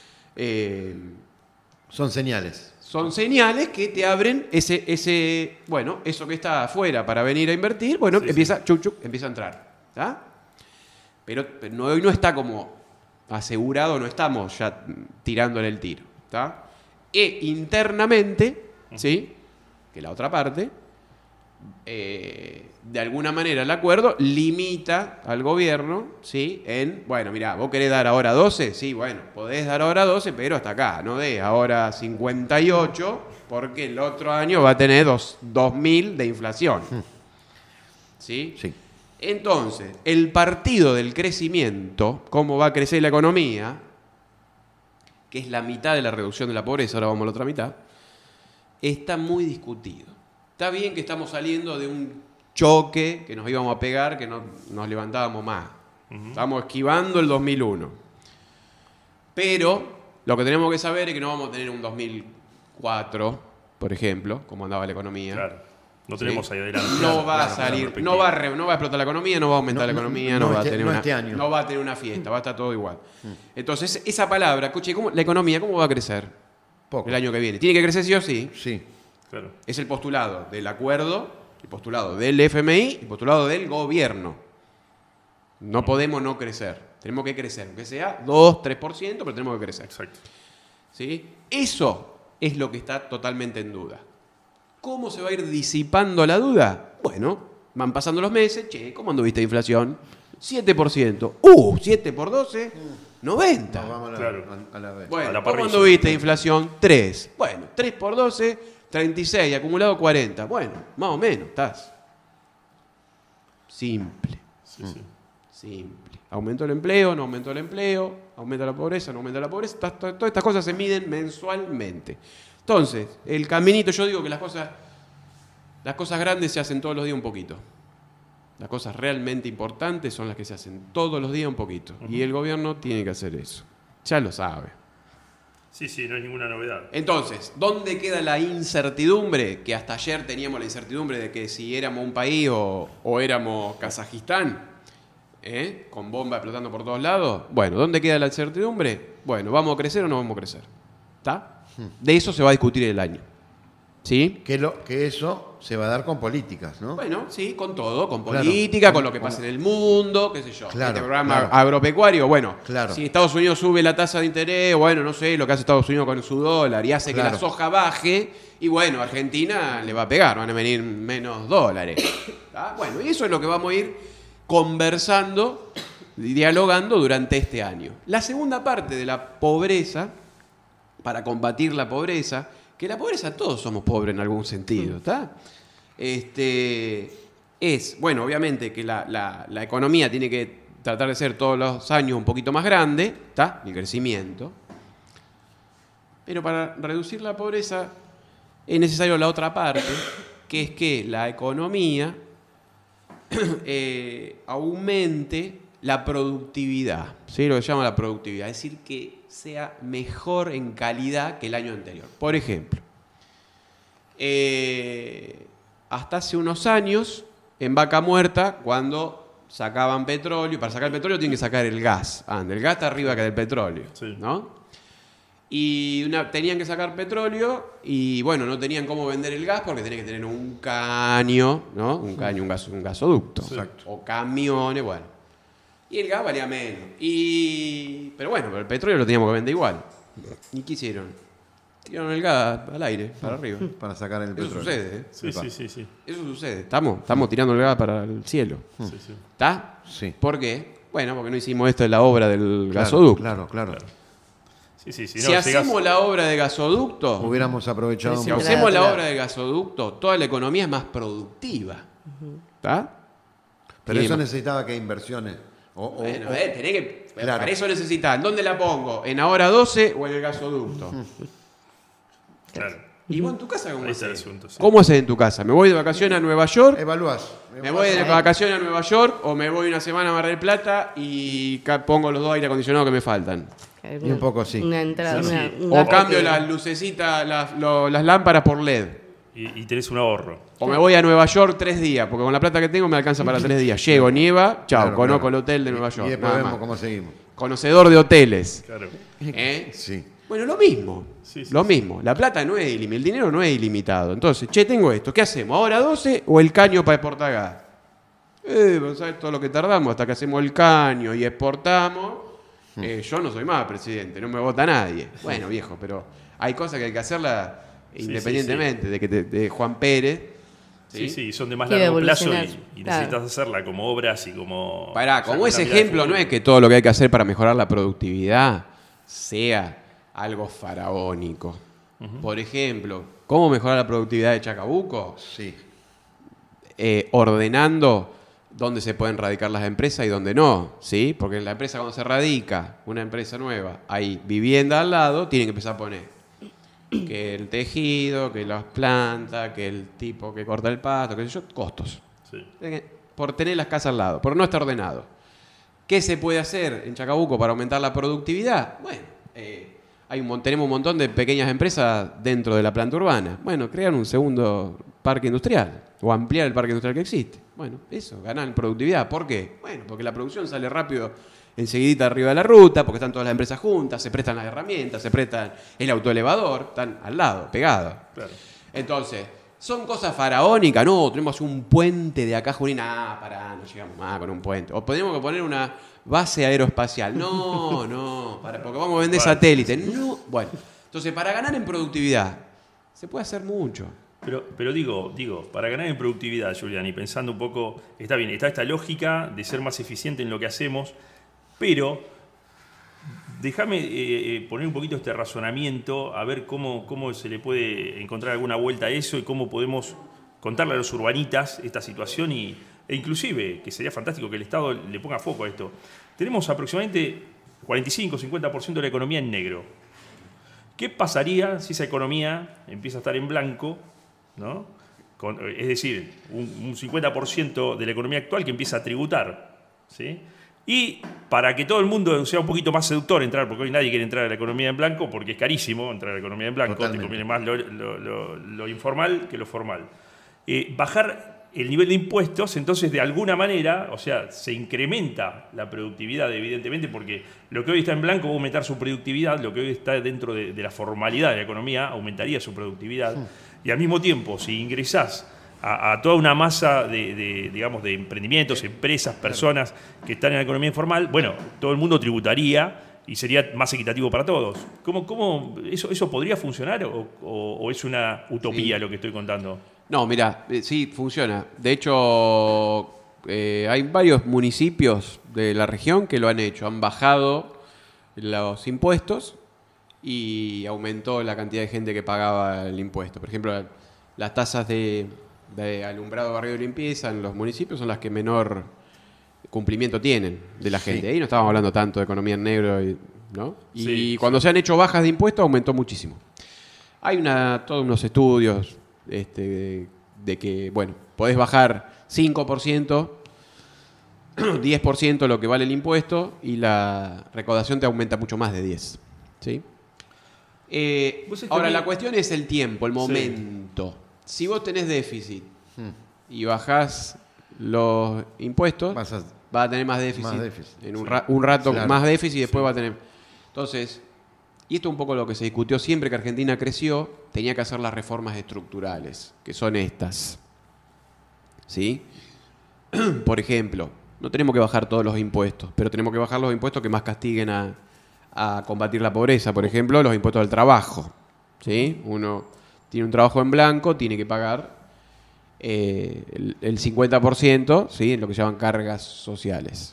Eh, Son señales. Son señales que te abren ese, ese, bueno, eso que está afuera para venir a invertir, bueno, sí, empieza, sí. Chuc, chuc, empieza a entrar. ¿Tá? Pero, pero no, hoy no está como asegurado, no estamos ya tirándole el tiro. ¿Tá? E internamente, ¿sí? Que la otra parte, eh, de alguna manera el acuerdo limita al gobierno, ¿sí? En, bueno, mirá, vos querés dar ahora doce, sí, bueno, podés dar ahora doce, pero hasta acá, no des ahora cincuenta y ocho, porque el otro año va a tener dos mil de inflación. ¿Sí? Sí. Entonces, el partido del crecimiento, cómo va a crecer la economía, que es la mitad de la reducción de la pobreza, ahora vamos a la otra mitad, está muy discutido. Está bien que estamos saliendo de un choque que nos íbamos a pegar, que no nos levantábamos más. Uh-huh. Estamos esquivando el dos mil uno. Pero lo que tenemos que saber es que no vamos a tener un dos mil cuatro, por ejemplo, como andaba la economía. Claro. No tenemos ¿sí? ahí adelante. No va claro, a salir, no va a, re, no va a explotar la economía, no va a aumentar no, la economía, no, no, no va este, a tener no una, este año. no va a tener una fiesta, va a estar todo igual. Entonces, esa palabra, escuche, ¿cómo, la economía, ¿cómo va a crecer Poco. el año que viene? ¿Tiene que crecer sí o sí? Sí. Claro. Es el postulado del acuerdo, el postulado del F M I, el postulado del gobierno. No podemos no crecer. Tenemos que crecer, aunque sea dos, tres por ciento, pero tenemos que crecer. Exacto. ¿Sí? Eso es lo que está totalmente en duda. ¿Cómo se va a ir disipando la duda? Bueno, van pasando los meses. Che, ¿cómo anduviste de inflación? siete por ciento. ¡Uh! siete por doce, noventa. No, vamos a la, claro. a, a la vez. Bueno, a la ¿cómo parrilla. anduviste de inflación? tres. Bueno, tres por doce, treinta y seis. Acumulado cuarenta. Bueno, más o menos, estás. Simple. Sí, sí. Simple. Aumentó el empleo, no aumentó el empleo, aumenta la pobreza, no aumenta la pobreza. Todas estas cosas se miden mensualmente. Entonces, el caminito, yo digo que las cosas, las cosas grandes se hacen todos los días un poquito. Las cosas realmente importantes son las que se hacen todos los días un poquito. Uh-huh. Y el gobierno tiene que hacer eso. Ya lo sabe. Sí, sí, no es ninguna novedad. Entonces, ¿dónde queda la incertidumbre? Que hasta ayer teníamos la incertidumbre de que si éramos un país o, o éramos Kazajistán, ¿eh? Con bombas explotando por todos lados. Bueno, ¿dónde queda la incertidumbre? Bueno, ¿vamos a crecer o no vamos a crecer? ¿Está? De eso se va a discutir el año. ¿Sí? Que, lo, que eso se va a dar con políticas, ¿no? Bueno, sí, con todo, con Claro. política, con, Con- lo que con- pasa en el mundo, qué sé yo. Claro, Este programa claro. agropecuario, bueno, Claro. si Estados Unidos sube la tasa de interés, bueno, no sé, lo que hace Estados Unidos con su dólar y hace que Claro. la soja baje, y bueno, Argentina le va a pegar, van a venir menos dólares. ¿Tá? Bueno, y eso es lo que vamos a ir conversando y dialogando durante este año. La segunda parte de la pobreza, para combatir la pobreza, que la pobreza todos somos pobres en algún sentido, ¿está? Este, es, bueno, obviamente que la, la, la economía tiene que tratar de ser todos los años un poquito más grande, ¿está? El crecimiento. Pero para reducir la pobreza es necesario la otra parte, que es que la economía eh, aumente la productividad, ¿sí? Lo que se llama la productividad, es decir, que sea mejor en calidad que el año anterior. Por ejemplo, eh, hasta hace unos años, en Vaca Muerta, cuando sacaban petróleo, y para sacar el petróleo tienen que sacar el gas. Ah, el gas está arriba que del petróleo, Sí. ¿no? Y una, tenían que sacar petróleo y, bueno, no tenían cómo vender el gas porque tenían que tener un caño, ¿no? Un caño, un, gas, un gasoducto. Exacto. O camiones, bueno. Y el gas valía menos. Y... Pero bueno, pero el petróleo lo teníamos que vender igual. ¿Y qué hicieron? Tiraron el gas al aire, para arriba. Para sacar el Eso petróleo. sucede, ¿eh? Sí, Epa. sí, sí, sí. Eso sucede. Estamos, estamos tirando el gas para el cielo. Sí, sí. ¿Está? Sí. ¿Por qué? Bueno, porque no hicimos esto en la obra del Claro, gasoducto. Claro, claro. Claro. Sí, sí, sí. Si no, ese gas- hacemos la obra de gasoducto, Hubiéramos aprovechado si un poco. hacemos la Claro. obra de gasoducto, toda la economía es más productiva. ¿Está? Pero Y eso más- necesitaba que inversiones. O, o- Bueno, o- eh, tenés que. Claro. Para eso necesitan. ¿Dónde la pongo? ¿En ahora doce o en el gasoducto? Claro. ¿Y vos en tu casa cómo Ahí está el haces? asunto, sí. ¿Cómo haces en tu casa? ¿Me voy de vacaciones a Nueva York? Evaluás. ¿Me voy de vacaciones a Nueva York o me voy una semana a Mar del Plata y ca- pongo los dos aire acondicionados que me faltan? Y un poco así. Una entrada, Sí, una, sí. un O gasto cambio que- las lucecitas, las, lo- las lámparas por L E D. Y, y tenés un ahorro. O me voy a Nueva York tres días, porque con la plata que tengo me alcanza para tres días. Llego, nieva, chao, Claro, conozco claro. el hotel de Nueva Y- York. Y después nada vemos más. cómo seguimos. Conocedor de hoteles. Claro. ¿Eh? Sí. Bueno, lo mismo. Sí, sí, lo sí. mismo. La plata no es ilimitada, el dinero no es ilimitado. Entonces, che, tengo esto, ¿qué hacemos? ¿Ahora doce o el caño para exportar gas? Eh, vos sabés todo lo que tardamos hasta que hacemos el caño y exportamos. Eh, yo no soy más presidente, no me vota nadie. Bueno, viejo, pero hay cosas que hay que hacerlas Sí, independientemente de que te- de Juan Pérez. Sí, sí, son de más Quiere largo plazo y, evolucionar. y Claro. necesitas hacerla como obras y como... Pará, o sea, como con ese una mirada de ejemplo no futuro. es que todo lo que hay que hacer para mejorar la productividad sea algo faraónico. Por ejemplo, ¿cómo mejorar la productividad de Chacabuco? Sí. Eh, ordenando dónde se pueden radicar las empresas y dónde no, ¿sí? Porque en la empresa cuando se radica una empresa nueva, hay vivienda al lado, tienen que empezar a poner que el tejido, que las plantas, que el tipo que corta el pasto, qué sé yo, costos. Sí. Por tener las casas al lado, por no estar ordenado. ¿Qué se puede hacer en Chacabuco para aumentar la productividad? Bueno, eh, hay un, tenemos un montón de pequeñas empresas dentro de la planta urbana. Bueno, crear un segundo parque industrial o ampliar el parque industrial que existe. Bueno, eso, ganar en productividad. ¿Por qué? Bueno, porque la producción sale rápido enseguidita arriba de la ruta, porque están todas las empresas juntas, se prestan las herramientas, se prestan el autoelevador, están al lado, pegados. Claro. Entonces, son cosas faraónicas. No, tenemos un puente de acá a Junín. Ah, pará, no llegamos más con un puente. O podríamos poner una base aeroespacial. No, no, para, porque vamos a vender vale. satélites. No, bueno. Entonces, para ganar en productividad, se puede hacer mucho. Pero, pero digo, digo, para ganar en productividad, Julián, y pensando un poco, está bien, está esta lógica de ser más eficiente en lo que hacemos, pero déjame eh, poner un poquito este razonamiento, a ver cómo, cómo se le puede encontrar alguna vuelta a eso y cómo podemos contarle a los urbanitas esta situación y, e inclusive, que sería fantástico que el Estado le ponga foco a esto. Tenemos aproximadamente cuarenta y cinco a cincuenta por ciento de la economía en negro. ¿Qué pasaría si esa economía empieza a estar en blanco, ¿no? Con, es decir, un, un cincuenta por ciento de la economía actual que empieza a tributar, ¿sí? Y para que todo el mundo sea un poquito más seductor entrar, porque hoy nadie quiere entrar a la economía en blanco, porque es carísimo entrar a la economía en blanco, Totalmente. Te conviene más lo, lo, lo, lo informal que lo formal. Eh, bajar el nivel de impuestos, entonces de alguna manera, o sea, se incrementa la productividad evidentemente, porque lo que hoy está en blanco va a aumentar su productividad, lo que hoy está dentro de, de la formalidad de la economía aumentaría su productividad, sí. Y al mismo tiempo, si ingresás A, a toda una masa de, de, digamos, de emprendimientos, empresas, personas que están en la economía informal, bueno, todo el mundo tributaría y sería más equitativo para todos. ¿Cómo, cómo eso, eso podría funcionar o, o, o es una utopía sí. lo que estoy contando? No, mira, eh, sí, funciona. De hecho, eh, hay varios municipios de la región que lo han hecho. Han bajado los impuestos y aumentó la cantidad de gente que pagaba el impuesto. Por ejemplo, las tasas de... de alumbrado, barrio de limpieza en los municipios son las que menor cumplimiento tienen de la gente. Sí. Ahí no estábamos hablando tanto de economía en negro, y, ¿no? Y sí, cuando sí. se han hecho bajas de impuestos aumentó muchísimo. Hay una, todos unos estudios este, de, de que, bueno, podés bajar cinco por ciento, diez por ciento lo que vale el impuesto y la recaudación te aumenta mucho más de diez. ¿Sí? Eh, ahora, la cuestión es el tiempo, el momento. Sí. Si vos tenés déficit hmm. y bajás los impuestos, vas a, vas a tener más déficit. Más déficit. En un, sí. ra un rato claro. más déficit y después sí. va a tener... Entonces, y esto es un poco lo que se discutió siempre que Argentina creció, tenía que hacer las reformas estructurales, que son estas. ¿Sí? Por ejemplo, no tenemos que bajar todos los impuestos, pero tenemos que bajar los impuestos que más castiguen a, a combatir la pobreza. Por ejemplo, los impuestos al trabajo. ¿Sí? Uno... tiene un trabajo en blanco, tiene que pagar eh, el, el cincuenta por ciento, ¿sí? En lo que se llaman cargas sociales.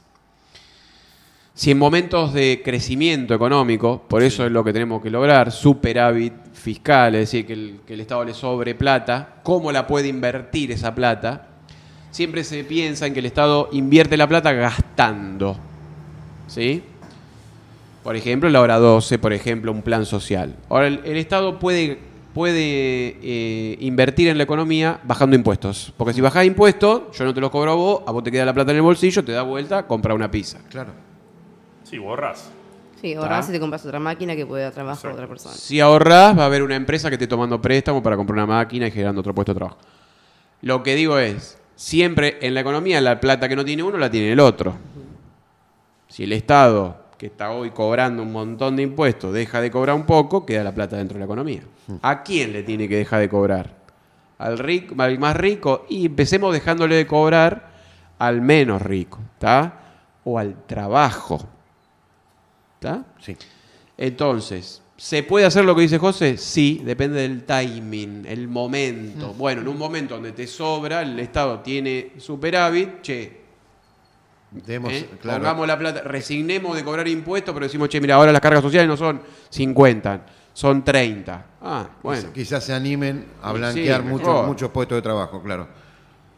Si en momentos de crecimiento económico, por eso sí. es lo que tenemos que lograr, superávit fiscal, es decir, que el, que el Estado le sobre plata, ¿cómo la puede invertir esa plata? Siempre se piensa en que el Estado invierte la plata gastando, ¿sí? Por ejemplo, la hora doce, por ejemplo, un plan social. Ahora, el, el Estado puede... puede eh, invertir en la economía bajando impuestos. Porque si bajás impuestos, yo no te los cobro a vos, a vos te queda la plata en el bolsillo, te da vuelta, compra una pizza. Claro. Sí, ahorrás. Sí, ahorrás y te compras otra máquina que puede dar trabajo a otra persona. Si ahorrás, va a haber una empresa que esté tomando préstamo para comprar una máquina y generando otro puesto de trabajo. Lo que digo es, siempre en la economía la plata que no tiene uno la tiene el otro. Uh-huh. Si el Estado... que está hoy cobrando un montón de impuestos, deja de cobrar un poco, queda la plata dentro de la economía. ¿A quién le tiene que dejar de cobrar? ¿Al rico, al más rico? Y empecemos dejándole de cobrar al menos rico, ¿está? O al trabajo, ¿está? Sí. Entonces, ¿se puede hacer lo que dice José? Sí, depende del timing, el momento. Bueno, en un momento donde te sobra, el Estado tiene superávit, che, Demos, ¿Eh? claro. Pongamos la plata, resignemos de cobrar impuestos, pero decimos, che, mira, ahora las cargas sociales no son cincuenta, son treinta. Ah, bueno. Quizás se animen a blanquear sí, muchos, muchos puestos de trabajo, claro.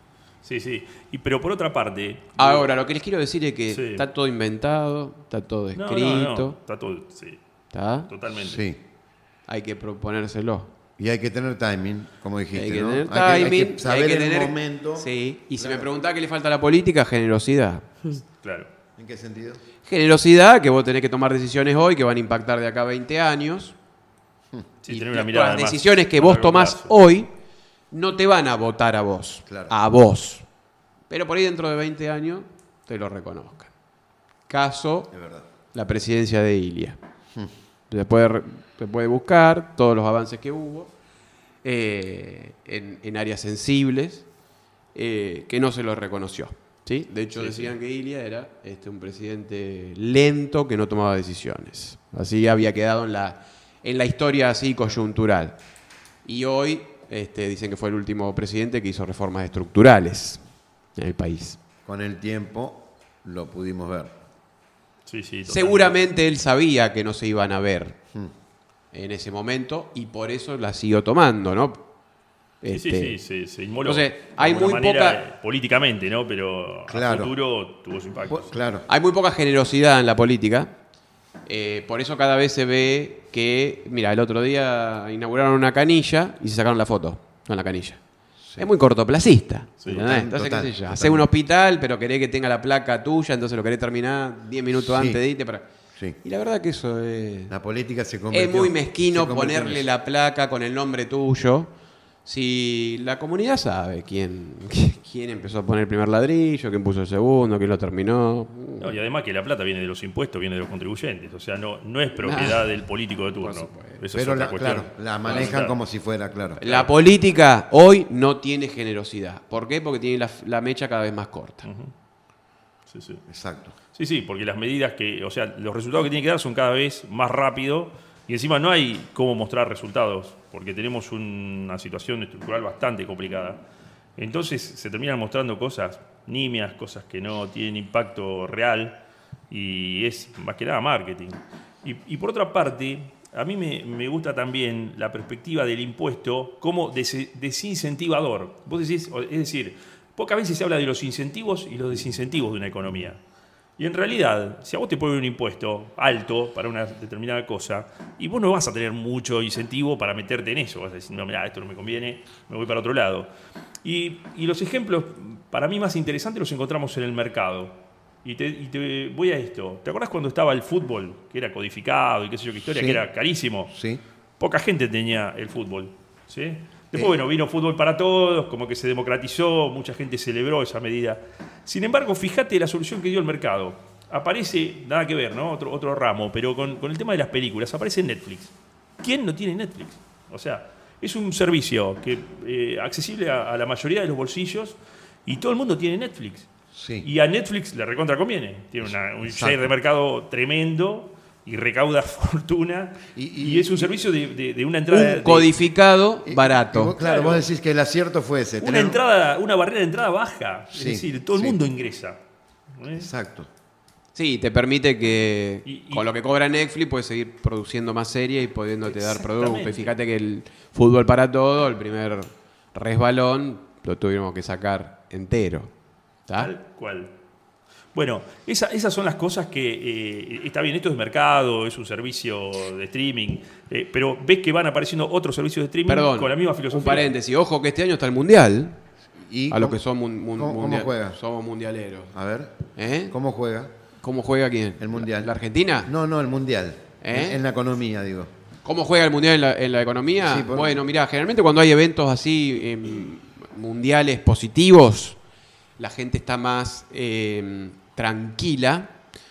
Sí, sí. Y, pero por otra parte... Ahora, lo que les quiero decir es que Sí. está todo inventado, está todo No, escrito. no, no, está todo... Sí, ¿Está? totalmente. Sí. Hay que proponérselo. Y hay que tener timing, como dijiste, Hay que ¿no? tener Hay que- hay que timing, y saber hay que el tener... momento. Sí, y si Claro. me preguntás qué le falta a la política, generosidad. Claro. ¿En qué sentido? Generosidad, que vos tenés que tomar decisiones hoy que van a impactar de acá a veinte años. Sí, y tener una las mirada las más decisiones que a vos largo tomás plazo. hoy no te van a votar a vos, Claro. a vos. Pero por ahí dentro de veinte años te lo reconozcan. Caso, Es verdad. la presidencia de Ilia. Se puede, se puede buscar todos los avances que hubo eh, en, en áreas sensibles eh, que no se lo reconoció. ¿sí? De hecho, Sí, decían sí. que Ilia era este, un presidente lento que no tomaba decisiones. Así había quedado en la, en la historia así coyuntural. Y hoy este, dicen que fue el último presidente que hizo reformas estructurales en el país. Con el tiempo lo pudimos ver. Sí, sí, totalmente. Seguramente él sabía que no se iban a ver Hmm. en ese momento y por eso la siguió tomando, ¿no? Sí, sí, Este, sí, se, se inmoló. entonces, de hay alguna muy manera, poca- eh, políticamente, ¿no? Pero Claro. a futuro tuvo su impacto. Pues, claro. Hay muy poca generosidad en la política. eh, por eso cada vez se ve que, mira, el otro día inauguraron una canilla y se sacaron la foto con la canilla. Sí. Es muy cortoplacista. Sí, ¿entendés? total, entonces, total, qué sé yo, total. hacés un hospital, pero querés que tenga la placa tuya, entonces lo querés terminar diez minutos Sí. antes de irte para... Sí. Y la verdad que eso es... La política se convirtió... Es muy mezquino se convirtió en ponerle eso. la placa con el nombre tuyo. Si la comunidad sabe quién, quién empezó a poner el primer ladrillo, quién puso el segundo, quién lo terminó. No, y además que la plata viene de los impuestos, viene de los contribuyentes. O sea, no, no es propiedad del político de turno. supuesto. Esa es Pero otra la, cuestión. claro, la manejan Claro. como si fuera, claro. La política hoy no tiene generosidad. ¿Por qué? Porque tiene la, la mecha cada vez más corta. Sí, sí. Exacto. Sí, sí, porque las medidas que, o sea, los resultados que tiene que dar son cada vez más rápido y encima no hay cómo mostrar resultados, porque tenemos una situación estructural bastante complicada. Entonces se terminan mostrando cosas nimias, cosas que no tienen impacto real y es más que nada marketing. Y, y por otra parte, a mí me, me gusta también la perspectiva del impuesto como des- desincentivador. Vos decís, o- es decir, pocas veces se habla de los incentivos y los desincentivos de una economía. Y en realidad, si a vos te ponen un impuesto alto para una determinada cosa, y vos no vas a tener mucho incentivo para meterte en eso, vas a decir, no, mira, esto no me conviene, me voy para otro lado. Y, y los ejemplos, para mí más interesantes, los encontramos en el mercado. Y te, y te voy a esto. ¿Te acordás cuando estaba el fútbol, que era codificado y qué sé yo qué historia, Sí. que era carísimo? Sí. Poca gente tenía el fútbol, ¿sí? Después, Eh. bueno, vino fútbol para todos, como que se democratizó, mucha gente celebró esa medida. Sin embargo, fíjate la solución que dio el mercado. Aparece, nada que ver, ¿no? Otro, otro ramo, pero con, con el tema de las películas, aparece Netflix. ¿Quién no tiene Netflix? O sea, es un servicio que eh, accesible a, a la mayoría de los bolsillos y todo el mundo tiene Netflix. Sí. Y a Netflix le recontra conviene. Tiene una- un Exacto. share de mercado tremendo y recauda fortuna. Y- Y, y- es un servicio de, de- de una entrada. Un de- codificado Y- y barato. vos, claro, Claro. vos decís que el acierto fue ese. una tener- entrada, una barrera de entrada baja. Es Sí, decir, todo el sí. mundo ingresa. ¿no es? Exacto. Sí, te permite que Y- y- con lo que cobra Netflix puedes seguir produciendo más series y pudiéndote dar Exactamente. productos. Y fíjate que el fútbol para todo, el primer resbalón, lo tuvimos que sacar entero. ¿Tá? Tal cual. Bueno, esa- esas son las cosas que, eh, está bien, esto es mercado, es un servicio de streaming, eh, pero ves que van apareciendo otros servicios de streaming Perdón, con la misma un filosofía. paréntesis. Ojo que este año está el Mundial. ¿Y A lo cómo- que somos, mun- mun- cómo- cómo mundial- juega? somos mundialeros. A ver, ¿Eh? ¿cómo juega? ¿Cómo juega quién? El Mundial. ¿La Argentina? No, no, el mundial. ¿Eh? En, en la economía, digo. ¿Cómo juega el mundial en la, en la economía? Sí, por- Bueno, mira, generalmente cuando hay eventos así em, mundiales positivos, la gente está más em, tranquila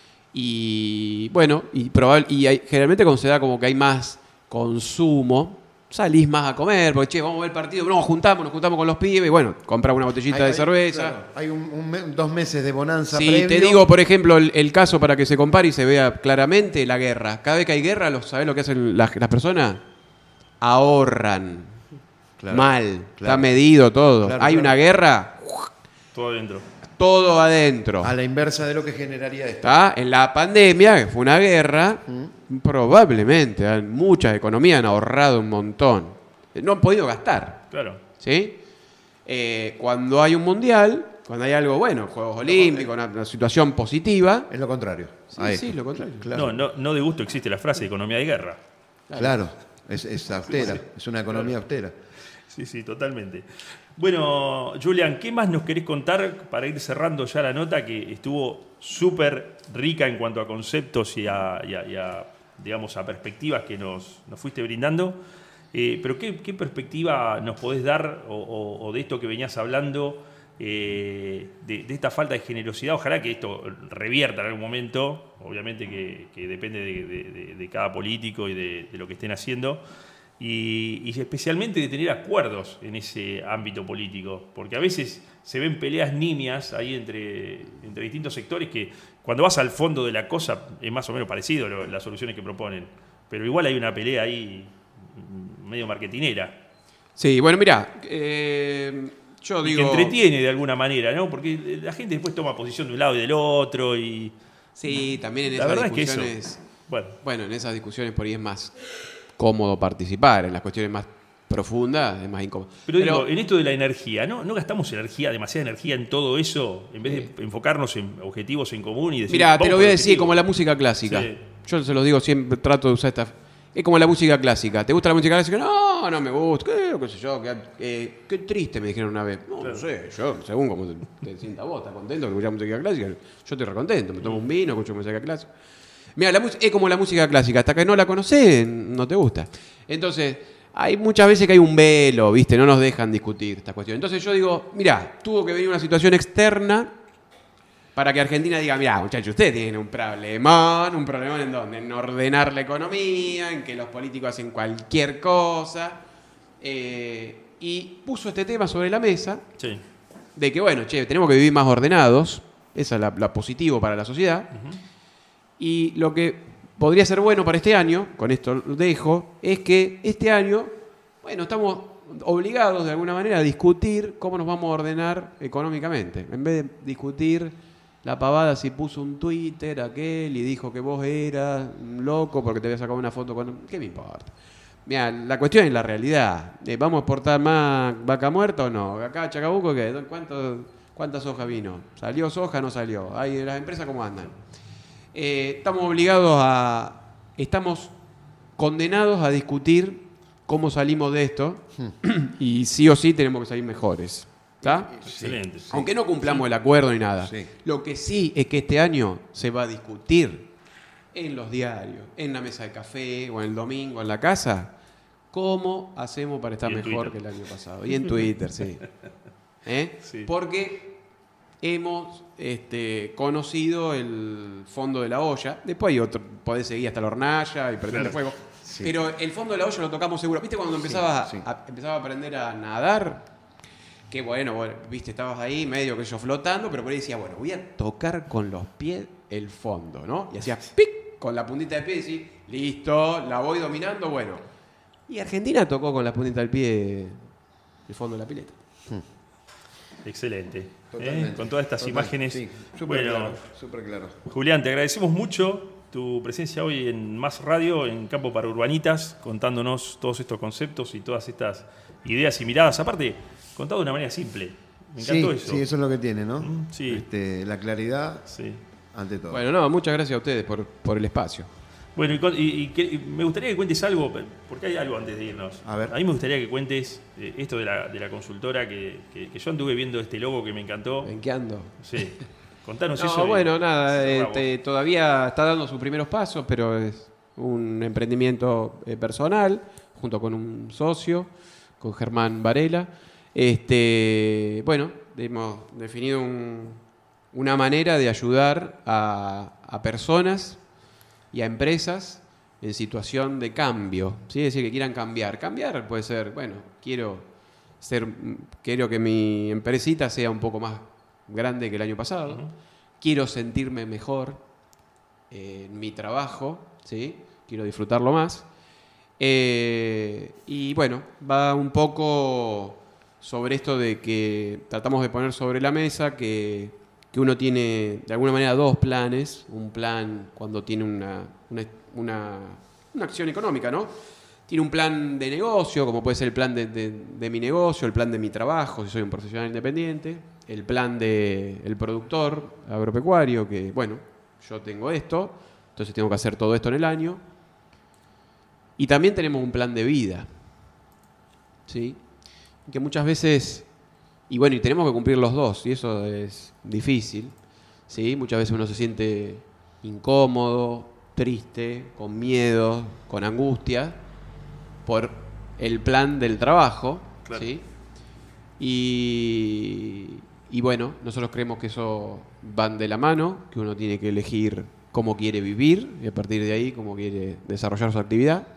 y bueno, y, probable, y hay- generalmente cuando se da como que hay más consumo, salís más a comer, porque che, vamos a ver el partido, no, nos juntamos, nos juntamos con los pibes, y bueno, compras una botellita Hay- de hay- cerveza. claro, hay un, un me- dos meses de bonanza Si previo. te digo, por ejemplo, el, el caso para que se compare y se vea claramente, la guerra. Cada vez que hay guerra, ¿sabes lo que hacen las, las personas? Ahorran. Claro, Mal. claro. Está medido todo. Claro, hay claro. una guerra, Todo adentro. todo adentro. A la inversa de lo que generaría esto. ¿Está? En la pandemia, que fue una guerra, probablemente ¿eh? muchas economías han ahorrado un montón. No han podido gastar. Claro. ¿Sí? Eh, cuando hay un mundial, cuando hay algo bueno, Juegos Olímpicos, una, una situación positiva. Es lo contrario. Sí, Ahí. sí, lo contrario. Claro. No, no, no de gusto existe la frase economía de guerra. Claro, es, es austera, Sí, sí. es una economía austera. Sí, sí, totalmente. Bueno, Julián, ¿qué más nos querés contar para ir cerrando ya la nota que estuvo súper rica en cuanto a conceptos y a, y a- y a, digamos, a perspectivas que nos, nos fuiste brindando? Eh, pero ¿qué, qué perspectiva nos podés dar o, o- o de esto que venías hablando, eh, de, de esta falta de generosidad? Ojalá que esto revierta en algún momento, obviamente que, que depende de, de- de- de cada político y de, de lo que estén haciendo. Y, y especialmente de tener acuerdos en ese ámbito político, porque a veces se ven peleas nimias ahí entre, entre distintos sectores que cuando vas al fondo de la cosa es más o menos parecido lo- las soluciones que proponen, pero igual hay una pelea ahí mm, medio marketinera Sí, bueno, mirá, eh, yo y digo... que entretiene de alguna manera, ¿no? Porque la gente después toma posición de un lado y del otro y Sí, también en la esas verdad es que eso, discusiones... bueno, Bueno, en esas discusiones por ahí es más cómodo participar, en las cuestiones más profundas es más incómodo. pero digo, en esto de la energía, ¿no? ¿No gastamos energía, demasiada energía en todo eso, en vez de enfocarnos en objetivos en común y decir, Mirá, te vamos lo por voy a el decir objetivo? como la música clásica. Sí. Yo se los digo siempre, trato de usar esta... Es como la música clásica. ¿Te gusta la música clásica? No, no me gusta. ¿Qué, qué sé yo? Qué, eh, qué triste me dijeron una vez. No, Claro. no sé. Yo, según como te, te sientas vos, ¿estás contento que escuchás música clásica? Yo estoy recontento. Me tomo un vino, escucho música clásica. Mira, la mus- es como la música clásica. Hasta que no la conocés, no te gusta. Entonces, hay muchas veces que hay un velo, ¿viste? No nos dejan discutir esta cuestión. Entonces yo digo, mirá, tuvo que venir una situación externa para que Argentina diga, mirá, muchachos, ustedes tienen un problemón, un problemón en dónde, en ordenar la economía, en que los políticos hacen cualquier cosa, eh, y puso este tema sobre la mesa, Sí. de que, bueno, che, tenemos que vivir más ordenados, esa es la, la positivo para la sociedad, y lo que podría ser bueno para este año, con esto lo dejo, es que este año, bueno, estamos obligados de alguna manera a discutir cómo nos vamos a ordenar económicamente, en vez de discutir la pavada si puso un Twitter aquel y dijo que vos eras un loco porque te había sacado una foto con... ¿Qué me importa? Mira, la cuestión es la realidad. Eh, ¿Vamos a exportar más vaca muerta o no? Acá, Chacabuco, ¿qué? ¿Cuánto, ¿Cuánta soja vino? ¿Salió soja o no salió? Ahí, ¿las empresas cómo andan? Eh, estamos obligados a... Estamos condenados a discutir cómo salimos de esto y sí o sí tenemos que salir mejores. ¿Está? Excelente. sí. Aunque no cumplamos el acuerdo ni nada. Sí. Lo que sí es que este año se va a discutir en los diarios, en la mesa de café o en el domingo en la casa, cómo hacemos para estar Y en mejor Twitter. que el año pasado. Y en Twitter, sí. ¿Eh? Sí. Porque hemos este, conocido el fondo de la olla. Después hay otro, podés seguir hasta la hornalla y prender Claro. fuego. Pero el fondo de la olla lo tocamos seguro. ¿Viste cuando empezabas sí. a, empezaba a aprender a nadar? Que bueno, bueno, viste, estabas ahí medio que yo flotando, pero por ahí decía, bueno, voy a tocar con los pies el fondo, ¿no? Y hacía pic con la puntita del pie y decís, listo, la voy dominando, bueno. Y Argentina tocó con la puntita del pie el fondo de la pileta. Excelente. ¿eh? Totalmente. Con todas estas Total, imágenes. Sí, súper Bueno, claro, súper claro. Julián, te agradecemos mucho tu presencia hoy en Más Radio, en Campo para Urbanitas, contándonos todos estos conceptos y todas estas ideas y miradas. Aparte, contado de una manera simple. Me encantó Sí, eso. sí, eso es lo que tiene, ¿no? Mm, sí. Este, la claridad Sí. ante todo. Bueno, no, muchas gracias a ustedes por, por el espacio. Bueno, y, con- y- y que- y me gustaría que cuentes algo, porque hay algo antes de irnos. A ver. mí me gustaría que cuentes eh, esto de la, de la consultora, que, que- que yo anduve viendo este logo que me encantó. ¿En qué ando? Sí. Contanos No, eso. y bueno, nada, cerramos. este, todavía está dando sus primeros pasos, pero es un emprendimiento eh, personal, junto con un socio, con Germán Varela. Este, bueno, hemos definido un- una manera de ayudar a, a personas y a empresas en situación de cambio, ¿sí? Es decir, que quieran cambiar. Cambiar puede ser, bueno, quiero ser, quiero que mi empresita sea un poco más grande que el año pasado. Ujú. Quiero sentirme mejor eh, en mi trabajo, ¿sí? Quiero disfrutarlo más. Eh, y bueno, va un poco sobre esto de que tratamos de poner sobre la mesa que, que uno tiene de alguna manera dos planes. Un plan cuando tiene una, una, una, una acción económica, ¿no? tiene un plan de negocio, como puede ser el plan de, de, de mi negocio, el plan de mi trabajo, si soy un profesional independiente, el plan del de productor agropecuario, que bueno, yo tengo esto, entonces tengo que hacer todo esto en el año. Y también tenemos un plan de vida, ¿sí? Que muchas veces, y bueno, y tenemos que cumplir los dos, y eso es difícil, ¿sí? Muchas veces uno se siente incómodo, triste, con miedo, con angustia, por el plan del trabajo, claro. ¿Sí? Y, y bueno, nosotros creemos que eso van de la mano, que uno tiene que elegir cómo quiere vivir y a partir de ahí cómo quiere desarrollar su actividad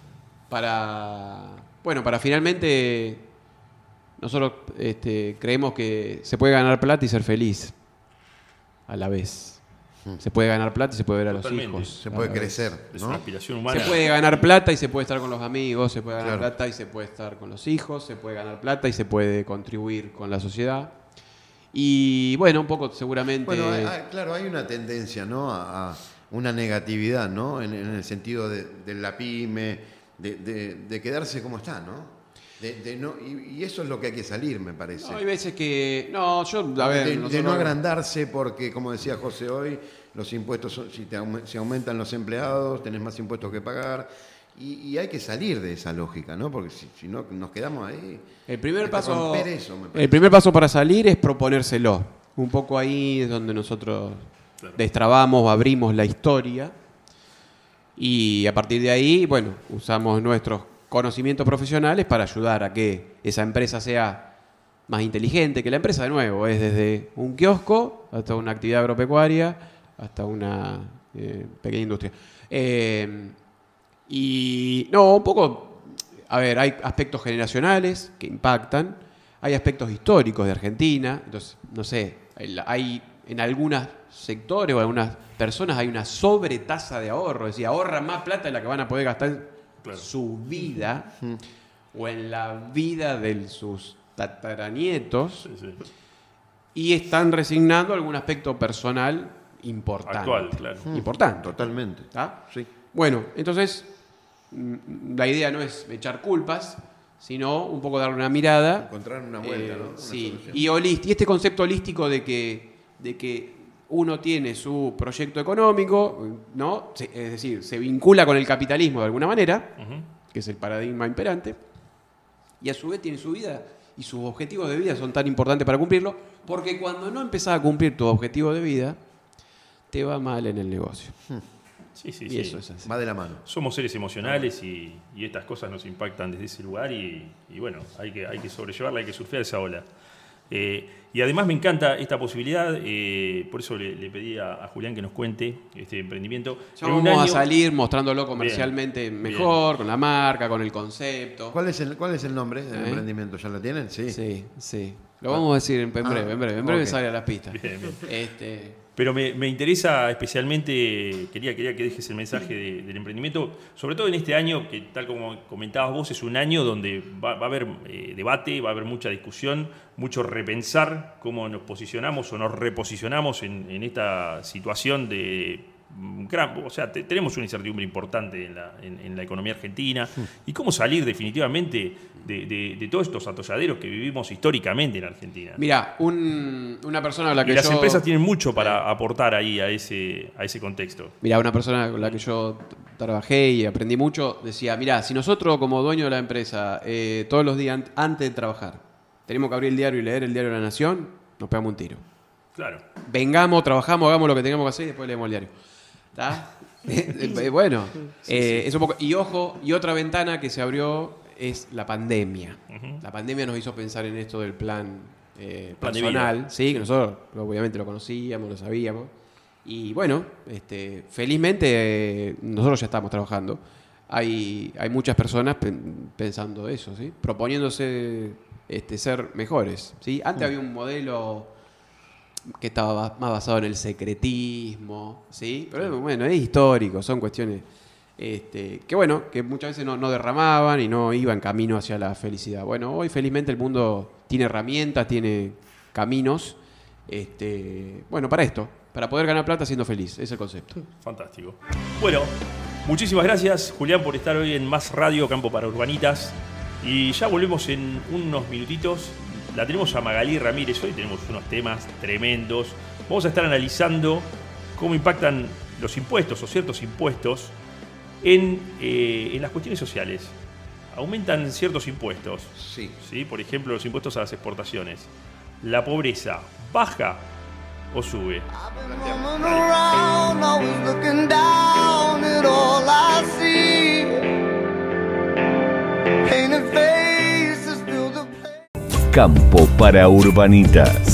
para, bueno, para finalmente nosotros este, creemos que se puede ganar plata y ser feliz a la vez. Se puede ganar plata y se puede ver Totalmente. a los hijos. Se puede crecer, ¿no? Es una aspiración humana. Se puede ganar plata y se puede estar con los amigos, se puede ganar Claro. plata y se puede estar con los hijos, se puede ganar plata y se puede contribuir con la sociedad. Y bueno, un poco seguramente... Bueno, hay- hay- claro, hay una tendencia, ¿no? A, a una negatividad, ¿no? En, en el sentido de, de la pyme, de, de- de quedarse como está, ¿no? De, de no y, y eso es lo que hay que salir, me parece. No, hay veces que... No, yo... A ver, de, de nosotros- no agrandarse porque, como decía José hoy, los impuestos, son- si, te aume- si aumentan los empleados, tenés más impuestos que pagar. Y, y hay que salir de esa lógica, ¿no? Porque si, si no nos quedamos ahí... El primer hay que paso, romper eso, me parece. el primer paso para salir es proponérselo. Un poco ahí es donde nosotros Claro. destrabamos, abrimos la historia y a partir de ahí, bueno, usamos nuestros conocimientos profesionales para ayudar a que esa empresa sea más inteligente, que la empresa de nuevo es desde un kiosco hasta una actividad agropecuaria hasta una eh, pequeña industria. Eh, y no, un poco, a ver, hay aspectos generacionales que impactan, hay aspectos históricos de Argentina, entonces, no sé, hay, hay en algunos sectores o algunas personas hay una sobretasa de ahorro, es decir, ahorran más plata de la que van a poder gastar en Claro. su vida o en la vida de sus tataranietos Sí, sí. y están resignando algún aspecto personal importante. Actual, claro. Importante. Totalmente. ¿Tá? Sí. Bueno, entonces mm, la idea no es echar culpas, sino un poco darle una mirada. Encontrar una vuelta, eh, ¿no? Una sí, solución. y, holist- y este concepto holístico de que, de que uno tiene su proyecto económico, ¿no? Se- es decir, se vincula con el capitalismo de alguna manera, Ujú. que es el paradigma imperante, y a su vez tiene su vida y sus objetivos de vida son tan importantes para cumplirlo, porque cuando no empezás a cumplir tu objetivo de vida, te va mal en el negocio. Sí, sí, Y sí. eso es así. Va de la mano. Somos seres emocionales y, y estas cosas nos impactan desde ese lugar y, y bueno, hay que, hay que sobrellevarla, hay que surfear esa ola. Eh, y además me encanta esta posibilidad, eh, por eso le, le pedí a, a Julián que nos cuente este emprendimiento. Ya En un vamos a año- salir mostrándolo comercialmente Bien, mejor, con la marca, con el concepto. ¿Cuál es el, cuál es el nombre del ¿Eh? emprendimiento? ¿Ya lo tienen? Sí. Sí, sí. Lo vamos a decir en, en breve, Ah, en breve. En breve ok. sale a las pistas. Bien, bien. Este, Pero me, me interesa especialmente, quería, quería que dejes el mensaje de- del emprendimiento, sobre todo en este año, que tal como comentabas vos, es un año donde va, va a haber eh, debate, va a haber mucha discusión, mucho repensar cómo nos posicionamos o nos reposicionamos en, en esta situación de... mm, gran- o sea, te- tenemos una incertidumbre importante en la, en- en la economía argentina y cómo salir definitivamente de, de- de todos estos atolladeros que vivimos históricamente en Argentina. mira, un- una persona con la Y que las yo... empresas tienen mucho para aportar ahí a ese, a ese contexto. Mira, una persona con la que yo t- trabajé y aprendí mucho decía, mira, si nosotros como dueño de la empresa eh, todos los días ant- antes de trabajar tenemos que abrir el diario y leer el diario de la Nación, nos pegamos un tiro. Claro. Vengamos, trabajamos, hagamos lo que tengamos que hacer y después leemos el diario. ¿Está? Eh, eh, bueno, eh, es un poco... Y ojo, y otra ventana que se abrió es la pandemia. Ujú. La pandemia nos hizo pensar en esto del plan eh, Plan de personal, vida. sí, que nosotros obviamente lo conocíamos, lo sabíamos. Y bueno, este, felizmente eh, nosotros ya estamos trabajando. Hay, hay muchas personas pen- pensando eso, ¿sí? Proponiéndose este, ser mejores. ¿Sí? Antes había un modelo que estaba ba- más basado en el secretismo, ¿sí? Pero bueno, es histórico, son cuestiones este, que bueno, que muchas veces no, no derramaban y no iban camino hacia la felicidad. Bueno, hoy felizmente el mundo tiene herramientas, tiene caminos, este, bueno, para esto, para poder ganar plata siendo feliz, ese es el concepto. Fantástico. Bueno, Muchísimas gracias, Julián, por estar hoy en Más Radio Campo para Urbanitas. Y ya volvemos en unos minutitos. La tenemos a Magalí Ramírez. Hoy tenemos unos temas tremendos. Vamos a estar analizando cómo impactan los impuestos o ciertos impuestos en, eh, en las cuestiones sociales. Aumentan ciertos impuestos. Sí. ¿Sí? Por ejemplo, los impuestos a las exportaciones. La pobreza, ¿baja o sube? Campo para Urbanitas.